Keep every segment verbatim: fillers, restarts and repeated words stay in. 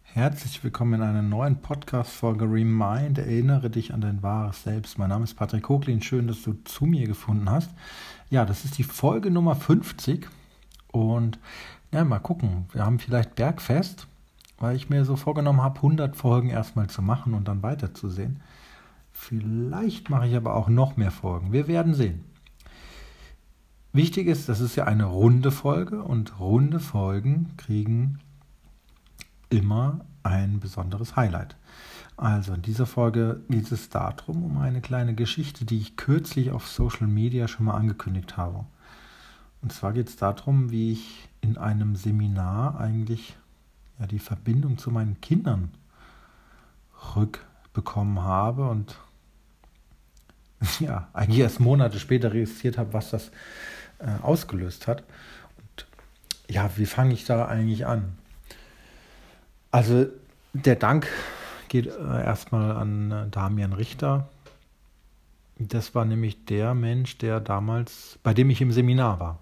Herzlich willkommen in einer neuen Podcast-Folge Remind. Erinnere dich an dein wahres Selbst. Mein Name ist Patrick Koklin. Schön, dass du zu mir gefunden hast. Ja, das ist die Folge Nummer fünfzig. Und ja, mal gucken. Wir haben vielleicht Bergfest, weil ich mir so vorgenommen habe, hundert Folgen erstmal zu machen und dann weiterzusehen. Vielleicht mache ich aber auch noch mehr Folgen. Wir werden sehen. Wichtig ist, das ist ja eine runde Folge und runde Folgen kriegen immer ein besonderes Highlight. Also in dieser Folge geht es darum, um eine kleine Geschichte, die ich kürzlich auf Social Media schon mal angekündigt habe. Und zwar geht es darum, wie ich in einem Seminar eigentlich ja, die Verbindung zu meinen Kindern rückbekommen habe und ja, eigentlich erst Monate später registriert habe, was das äh, ausgelöst hat. Und ja, wie fange ich da eigentlich an? Also der Dank geht äh, erstmal an äh, Damian Richter. Das war nämlich der Mensch, der damals, bei dem ich im Seminar war.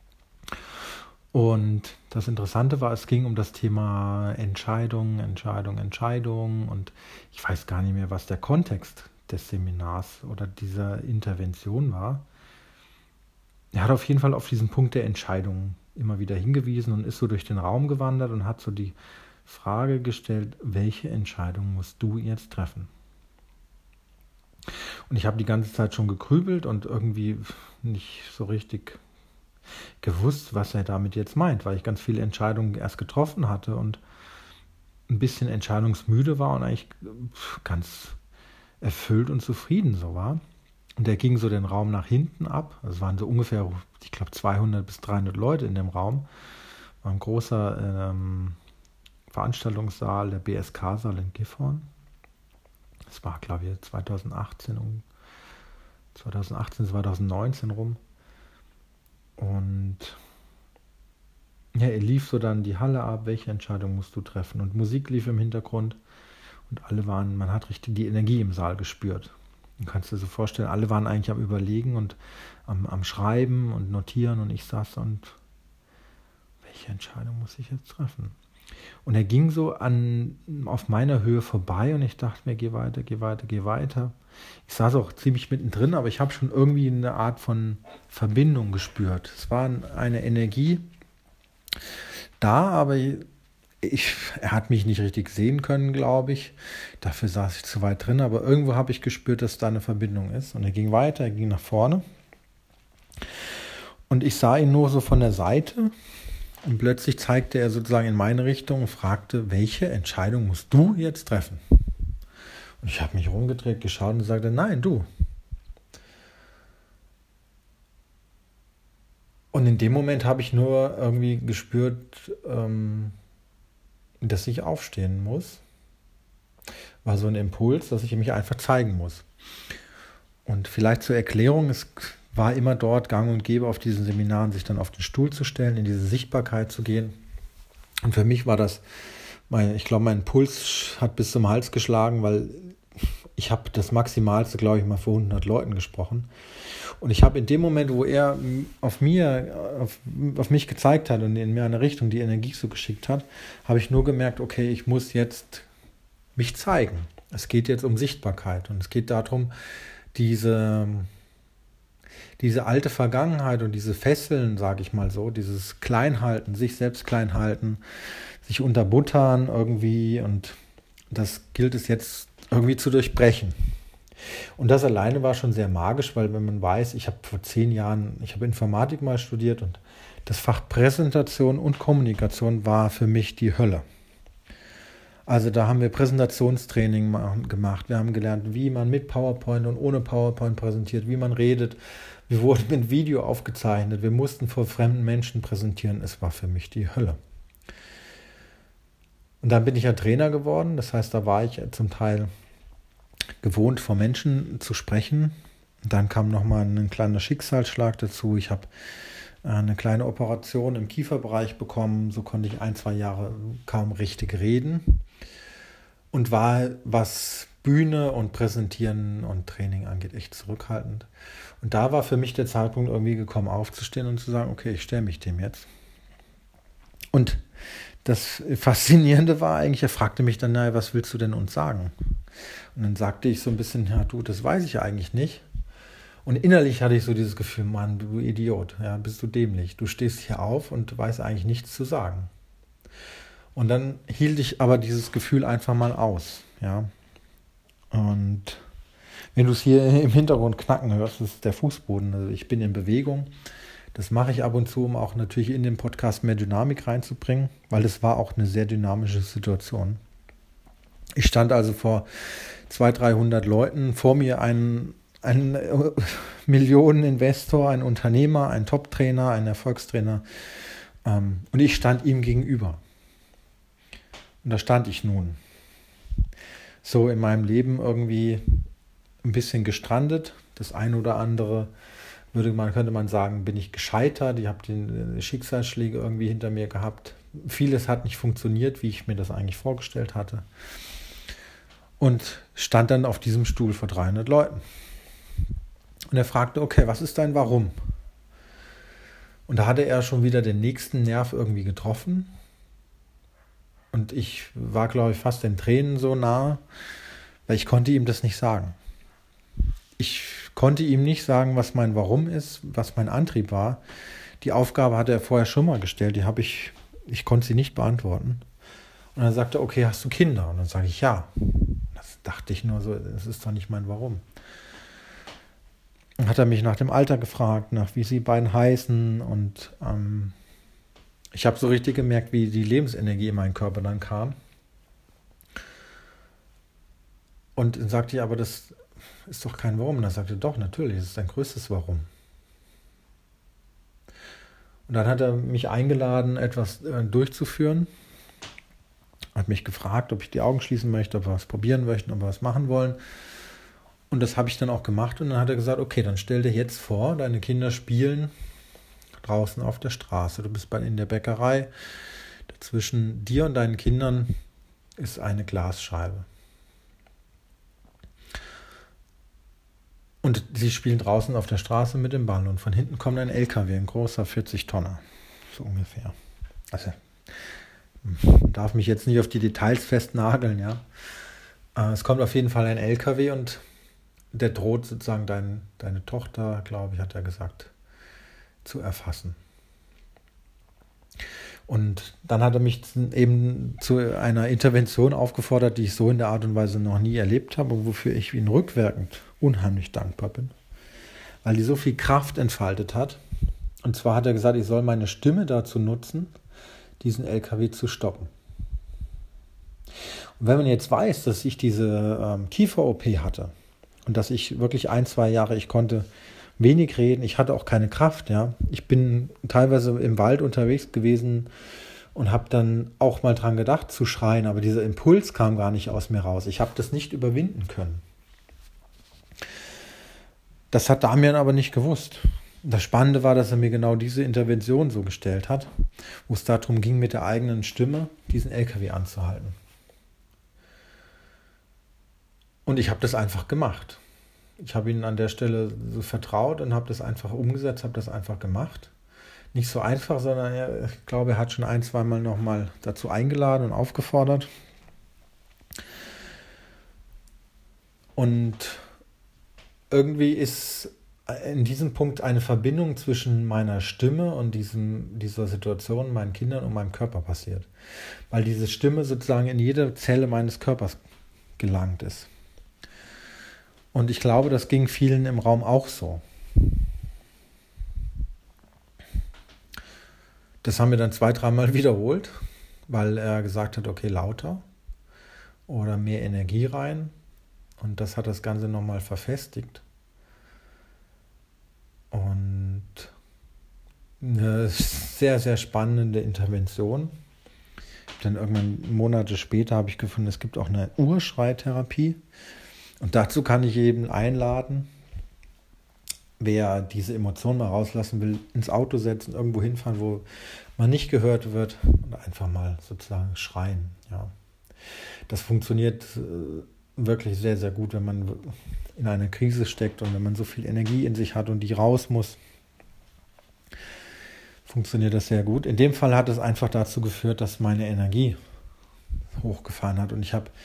Und das Interessante war, es ging um das Thema Entscheidung, Entscheidung, Entscheidung. Und ich weiß gar nicht mehr, was der Kontext des Seminars oder dieser Intervention war. Er hat auf jeden Fall auf diesen Punkt der Entscheidung immer wieder hingewiesen und ist so durch den Raum gewandert und hat so die Frage gestellt, welche Entscheidung musst du jetzt treffen? Und ich habe die ganze Zeit schon gegrübelt und irgendwie nicht so richtig gewusst, was er damit jetzt meint, weil ich ganz viele Entscheidungen erst getroffen hatte und ein bisschen entscheidungsmüde war und eigentlich ganz erfüllt und zufrieden so war. Und er ging so den Raum nach hinten ab. Es waren so ungefähr, ich glaube, zweihundert bis dreihundert Leute in dem Raum. War ein großer ähm, Veranstaltungssaal, der B S K-Saal in Gifhorn. Das war, glaube ich, zweitausendachtzehn, um zweitausendachtzehn, zweitausendneunzehn rum. Und ja, er lief so dann die Halle ab, welche Entscheidung musst du treffen? Und Musik lief im Hintergrund und alle waren, man hat richtig die Energie im Saal gespürt. Du kannst dir so vorstellen, alle waren eigentlich am Überlegen und am, am Schreiben und Notieren und ich saß und welche Entscheidung muss ich jetzt treffen? Und er ging so an, auf meiner Höhe vorbei und ich dachte mir, geh weiter, geh weiter, geh weiter. Ich saß auch ziemlich mittendrin, aber ich habe schon irgendwie eine Art von Verbindung gespürt. Es war eine Energie da, aber ich, er hat mich nicht richtig sehen können, glaube ich. Dafür saß ich zu weit drin, aber irgendwo habe ich gespürt, dass da eine Verbindung ist. Und er ging weiter, er ging nach vorne. Und ich sah ihn nur so von der Seite. Und plötzlich zeigte er sozusagen in meine Richtung und fragte, welche Entscheidung musst du jetzt treffen? Und ich habe mich rumgedreht, geschaut und sagte, nein, du. Und in dem Moment habe ich nur irgendwie gespürt, ähm, dass ich aufstehen muss. War so ein Impuls, dass ich mich einfach zeigen muss. Und vielleicht zur Erklärung, es war immer dort gang und gäbe auf diesen Seminaren, sich dann auf den Stuhl zu stellen, in diese Sichtbarkeit zu gehen. Und für mich war das, mein, ich glaube, mein Puls hat bis zum Hals geschlagen, weil ich habe das Maximalste, glaube ich, mal vor hundert Leuten gesprochen. Und ich habe in dem Moment, wo er auf mir, auf, auf mich gezeigt hat und in mir eine Richtung die Energie so geschickt hat, habe ich nur gemerkt, okay, ich muss jetzt mich zeigen. Es geht jetzt um Sichtbarkeit und es geht darum, diese Diese alte Vergangenheit und diese Fesseln, sage ich mal so, dieses Kleinhalten, sich selbst kleinhalten, sich unterbuttern irgendwie und das gilt es jetzt irgendwie zu durchbrechen. Und das alleine war schon sehr magisch, weil wenn man weiß, ich habe vor zehn Jahren, ich habe Informatik mal studiert und das Fach Präsentation und Kommunikation war für mich die Hölle. Also da haben wir Präsentationstraining gemacht, wir haben gelernt, wie man mit PowerPoint und ohne PowerPoint präsentiert, wie man redet. Wir wurden mit Video aufgezeichnet, wir mussten vor fremden Menschen präsentieren. Es war für mich die Hölle. Und dann bin ich ja Trainer geworden, das heißt, da war ich zum Teil gewohnt, vor Menschen zu sprechen. Und dann kam nochmal ein kleiner Schicksalsschlag dazu. Ich habe eine kleine Operation im Kieferbereich bekommen, so konnte ich ein, zwei Jahre kaum richtig reden. Und war, was Bühne und Präsentieren und Training angeht, echt zurückhaltend. Und da war für mich der Zeitpunkt irgendwie gekommen, aufzustehen und zu sagen, okay, ich stelle mich dem jetzt. Und das Faszinierende war eigentlich, er fragte mich dann, naja, was willst du denn uns sagen? Und dann sagte ich so ein bisschen, ja du, das weiß ich eigentlich nicht. Und innerlich hatte ich so dieses Gefühl, Mann, du Idiot, ja, bist du dämlich. Du stehst hier auf und weißt eigentlich nichts zu sagen. Und dann hielt ich aber dieses Gefühl einfach mal aus, ja. Und wenn du es hier im Hintergrund knacken hörst, das ist der Fußboden. Also ich bin in Bewegung. Das mache ich ab und zu, um auch natürlich in den Podcast mehr Dynamik reinzubringen, weil es war auch eine sehr dynamische Situation. Ich stand also vor zweihundert, dreihundert Leuten, vor mir ein, ein Millioneninvestor, ein Unternehmer, ein Top-Trainer, ein Erfolgstrainer, ähm, und ich stand ihm gegenüber. Und da stand ich nun. So in meinem Leben irgendwie ein bisschen gestrandet. Das ein oder andere würde man, könnte man sagen, bin ich gescheitert. Ich habe die Schicksalsschläge irgendwie hinter mir gehabt. Vieles hat nicht funktioniert, wie ich mir das eigentlich vorgestellt hatte. Und stand dann auf diesem Stuhl vor dreihundert Leuten. Und er fragte, okay, was ist dein Warum? Und da hatte er schon wieder den nächsten Nerv irgendwie getroffen. Und ich war, glaube ich, fast den Tränen so nah, weil ich konnte ihm das nicht sagen. Ich konnte ihm nicht sagen, was mein Warum ist, was mein Antrieb war. Die Aufgabe hatte er vorher schon mal gestellt, die habe ich, ich konnte sie nicht beantworten. Und dann sagte er, okay, hast du Kinder? Und dann sage ich, ja. Das dachte ich nur so, das ist doch nicht mein Warum. Dann hat er mich nach dem Alter gefragt, nach wie sie beiden heißen, und ähm, ich habe so richtig gemerkt, wie die Lebensenergie in meinen Körper dann kam. Und dann sagte ich, aber das ist doch kein Warum. Und er sagte, doch, natürlich, das ist dein größtes Warum. Und dann hat er mich eingeladen, etwas äh, durchzuführen. Hat mich gefragt, ob ich die Augen schließen möchte, ob wir was probieren möchten, ob wir was machen wollen. Und das habe ich dann auch gemacht. Und dann hat er gesagt, okay, dann stell dir jetzt vor, deine Kinder spielen draußen auf der Straße. Du bist in der Bäckerei. Zwischen dir und deinen Kindern ist eine Glasscheibe. Und sie spielen draußen auf der Straße mit dem Ball. Und von hinten kommt ein L K W, ein großer vierzig Tonner. So ungefähr. Also, man darf mich jetzt nicht auf die Details festnageln, ja. Es kommt auf jeden Fall ein L K W und der droht sozusagen dein, deine Tochter, glaube ich, hat er gesagt, zu erfassen. Und dann hat er mich eben zu einer Intervention aufgefordert, die ich so in der Art und Weise noch nie erlebt habe und wofür ich ihm rückwirkend unheimlich dankbar bin, weil die so viel Kraft entfaltet hat. Und zwar hat er gesagt, ich soll meine Stimme dazu nutzen, diesen L K W zu stoppen. Und wenn man jetzt weiß, dass ich diese ähm, Kiefer-O P hatte und dass ich wirklich ein, zwei Jahre, ich konnte wenig reden, ich hatte auch keine Kraft, ja. Ich bin teilweise im Wald unterwegs gewesen und habe dann auch mal dran gedacht zu schreien, aber dieser Impuls kam gar nicht aus mir raus. Ich habe das nicht überwinden können. Das hat Damian aber nicht gewusst. Das Spannende war, dass er mir genau diese Intervention so gestellt hat, wo es darum ging, mit der eigenen Stimme diesen L K W anzuhalten. Und ich habe das einfach gemacht. Ich habe ihn an der Stelle so vertraut und habe das einfach umgesetzt, habe das einfach gemacht. Nicht so einfach, sondern er, ich glaube, er hat schon ein, zwei Mal nochmal dazu eingeladen und aufgefordert. Und irgendwie ist in diesem Punkt eine Verbindung zwischen meiner Stimme und diesem, dieser Situation, meinen Kindern und meinem Körper passiert. Weil diese Stimme sozusagen in jede Zelle meines Körpers gelangt ist. Und ich glaube, das ging vielen im Raum auch so. Das haben wir dann zwei, dreimal wiederholt, weil er gesagt hat, okay, lauter oder mehr Energie rein. Und das hat das Ganze nochmal verfestigt. Und eine sehr, sehr spannende Intervention. Dann irgendwann Monate später habe ich gefunden, es gibt auch eine Urschreitherapie. Und dazu kann ich jeden einladen, wer diese Emotionen mal rauslassen will, ins Auto setzen, irgendwo hinfahren, wo man nicht gehört wird und einfach mal sozusagen schreien. Ja. Das funktioniert äh, wirklich sehr, sehr gut, wenn man in einer Krise steckt und wenn man so viel Energie in sich hat und die raus muss. funktioniert das sehr gut. In dem Fall hat es einfach dazu geführt, dass meine Energie hochgefahren hat. Und ich habe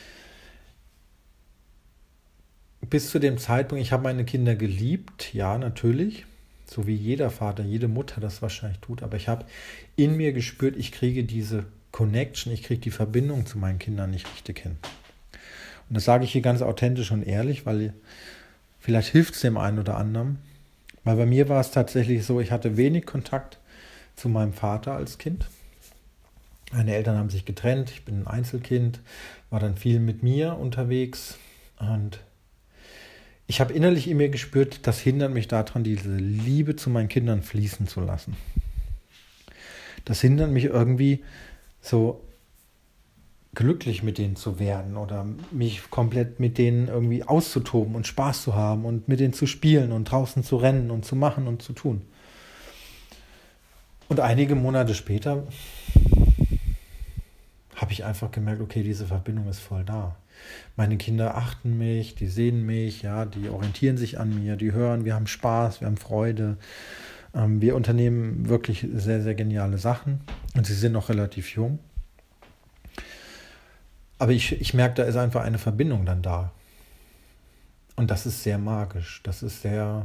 bis zu dem Zeitpunkt, ich habe meine Kinder geliebt, ja, natürlich, so wie jeder Vater, jede Mutter das wahrscheinlich tut, aber ich habe in mir gespürt, ich kriege diese Connection, ich kriege die Verbindung zu meinen Kindern nicht richtig hin. Und das sage ich hier ganz authentisch und ehrlich, weil vielleicht hilft es dem einen oder anderen. Weil bei mir war es tatsächlich so, ich hatte wenig Kontakt zu meinem Vater als Kind. Meine Eltern haben sich getrennt, ich bin ein Einzelkind, war dann viel mit mir unterwegs und ich habe innerlich in mir gespürt, das hindert mich daran, diese Liebe zu meinen Kindern fließen zu lassen. Das hindert mich irgendwie so glücklich mit denen zu werden oder mich komplett mit denen irgendwie auszutoben und Spaß zu haben und mit denen zu spielen und draußen zu rennen und zu machen und zu tun. Und einige Monate später habe ich einfach gemerkt, okay, diese Verbindung ist voll da. Meine Kinder achten mich, die sehen mich, ja, die orientieren sich an mir, die hören, wir haben Spaß, wir haben Freude. Ähm, wir unternehmen wirklich sehr, sehr geniale Sachen und sie sind noch relativ jung. Aber ich, ich merke, da ist einfach eine Verbindung dann da. Und das ist sehr magisch, das ist sehr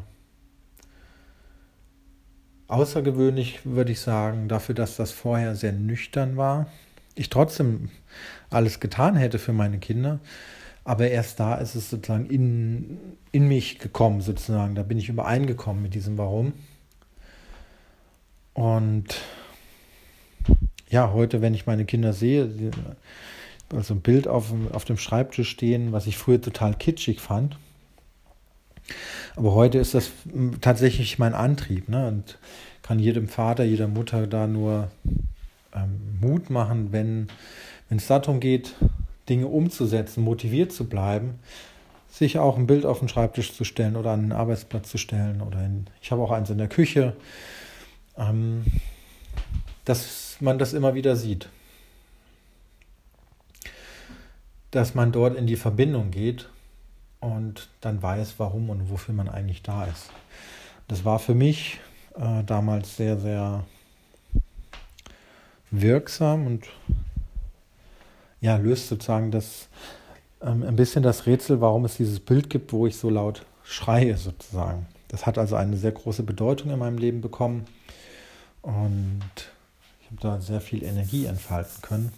außergewöhnlich, würde ich sagen, dafür, dass das vorher sehr nüchtern war. Ich trotzdem alles getan hätte für meine Kinder, aber erst da ist es sozusagen in, in mich gekommen, sozusagen. Da bin ich übereingekommen mit diesem Warum. Und ja, heute, wenn ich meine Kinder sehe, also ein Bild auf, auf dem Schreibtisch stehen, was ich früher total kitschig fand, aber heute ist das tatsächlich mein Antrieb, ne? Und kann jedem Vater, jeder Mutter da nur ähm, Mut machen, wenn wenn es darum geht, Dinge umzusetzen, motiviert zu bleiben, sich auch ein Bild auf den Schreibtisch zu stellen oder an den Arbeitsplatz zu stellen. Oder in, ich habe auch eins in der Küche, ähm, dass man das immer wieder sieht. Dass man dort in die Verbindung geht und dann weiß, warum und wofür man eigentlich da ist. Das war für mich äh, damals sehr, sehr wirksam und ja, löst sozusagen das ähm, ein bisschen das Rätsel, warum es dieses Bild gibt, wo ich so laut schreie sozusagen. Das hat also eine sehr große Bedeutung in meinem Leben bekommen und ich habe da sehr viel Energie entfalten können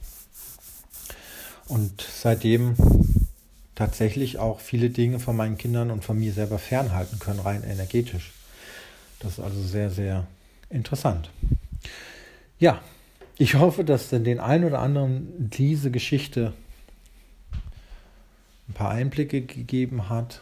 und seitdem tatsächlich auch viele Dinge von meinen Kindern und von mir selber fernhalten können, rein energetisch. Das ist also sehr, sehr interessant. Ja, ich hoffe, dass den einen oder anderen diese Geschichte ein paar Einblicke gegeben hat,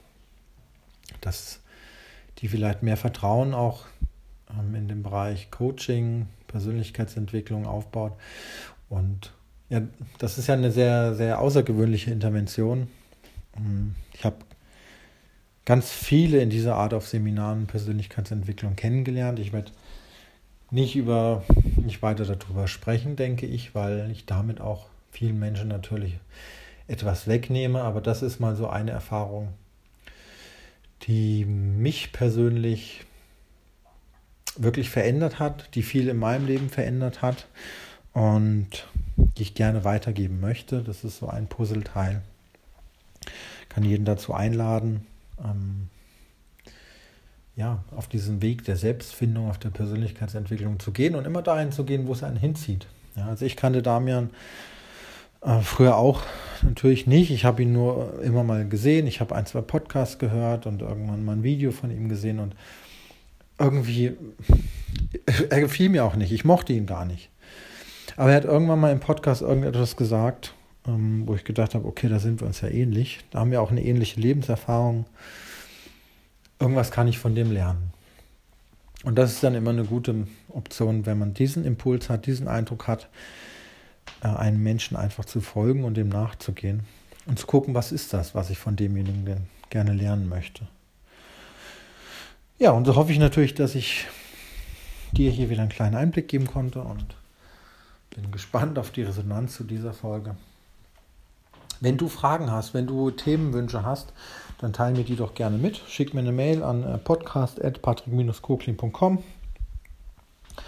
dass die vielleicht mehr Vertrauen auch ähm, in dem Bereich Coaching, Persönlichkeitsentwicklung aufbaut. Und ja, das ist ja eine sehr, sehr außergewöhnliche Intervention. Ich habe ganz viele in dieser Art auf Seminaren Persönlichkeitsentwicklung kennengelernt. Ich werde nicht über nicht weiter darüber sprechen, denke ich, weil ich damit auch vielen Menschen natürlich etwas wegnehme. Aber das ist mal so eine Erfahrung, die mich persönlich wirklich verändert hat, die viel in meinem Leben verändert hat und die ich gerne weitergeben möchte. Das ist so ein Puzzleteil. Ich kann jeden dazu einladen, ähm, ja, auf diesen Weg der Selbstfindung, auf der Persönlichkeitsentwicklung zu gehen und immer dahin zu gehen, wo es einen hinzieht. Ja, also ich kannte Damian äh, früher auch natürlich nicht. Ich habe ihn nur immer mal gesehen. Ich habe ein, zwei Podcasts gehört und irgendwann mal ein Video von ihm gesehen und irgendwie, er gefiel mir auch nicht. Ich mochte ihn gar nicht. Aber er hat irgendwann mal im Podcast irgendetwas gesagt, ähm, wo ich gedacht habe, okay, da sind wir uns ja ähnlich. Da haben wir auch eine ähnliche Lebenserfahrung. Irgendwas kann ich von dem lernen. Und das ist dann immer eine gute Option, wenn man diesen Impuls hat, diesen Eindruck hat, einem Menschen einfach zu folgen und dem nachzugehen und zu gucken, was ist das, was ich von demjenigen denn gerne lernen möchte. Ja, und so hoffe ich natürlich, dass ich dir hier wieder einen kleinen Einblick geben konnte und bin gespannt auf die Resonanz zu dieser Folge. Wenn du Fragen hast, wenn du Themenwünsche hast, dann teile mir die doch gerne mit. Schick mir eine Mail an podcast at patrick dash koklin punkt com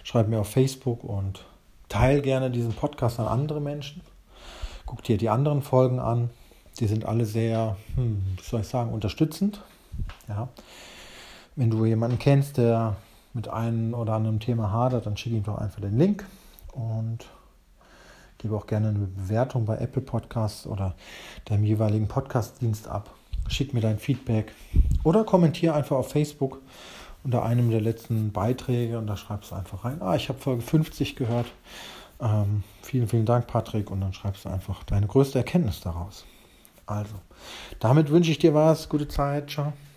schreib mir auf Facebook und teile gerne diesen Podcast an andere Menschen. Guck dir die anderen Folgen an. Die sind alle sehr, hm, wie soll ich sagen, unterstützend. Ja. Wenn du jemanden kennst, der mit einem oder anderem Thema hadert, dann schick ihm doch einfach den Link und gebe auch gerne eine Bewertung bei Apple Podcasts oder deinem jeweiligen Podcast-Dienst ab. Schick mir dein Feedback oder kommentiere einfach auf Facebook unter einem der letzten Beiträge und da schreibst du einfach rein, ah, ich habe Folge fünfzig gehört. Ähm, vielen, vielen Dank, Patrick. Und dann schreibst du einfach deine größte Erkenntnis daraus. Also, damit wünsche ich dir was. Gute Zeit. Ciao.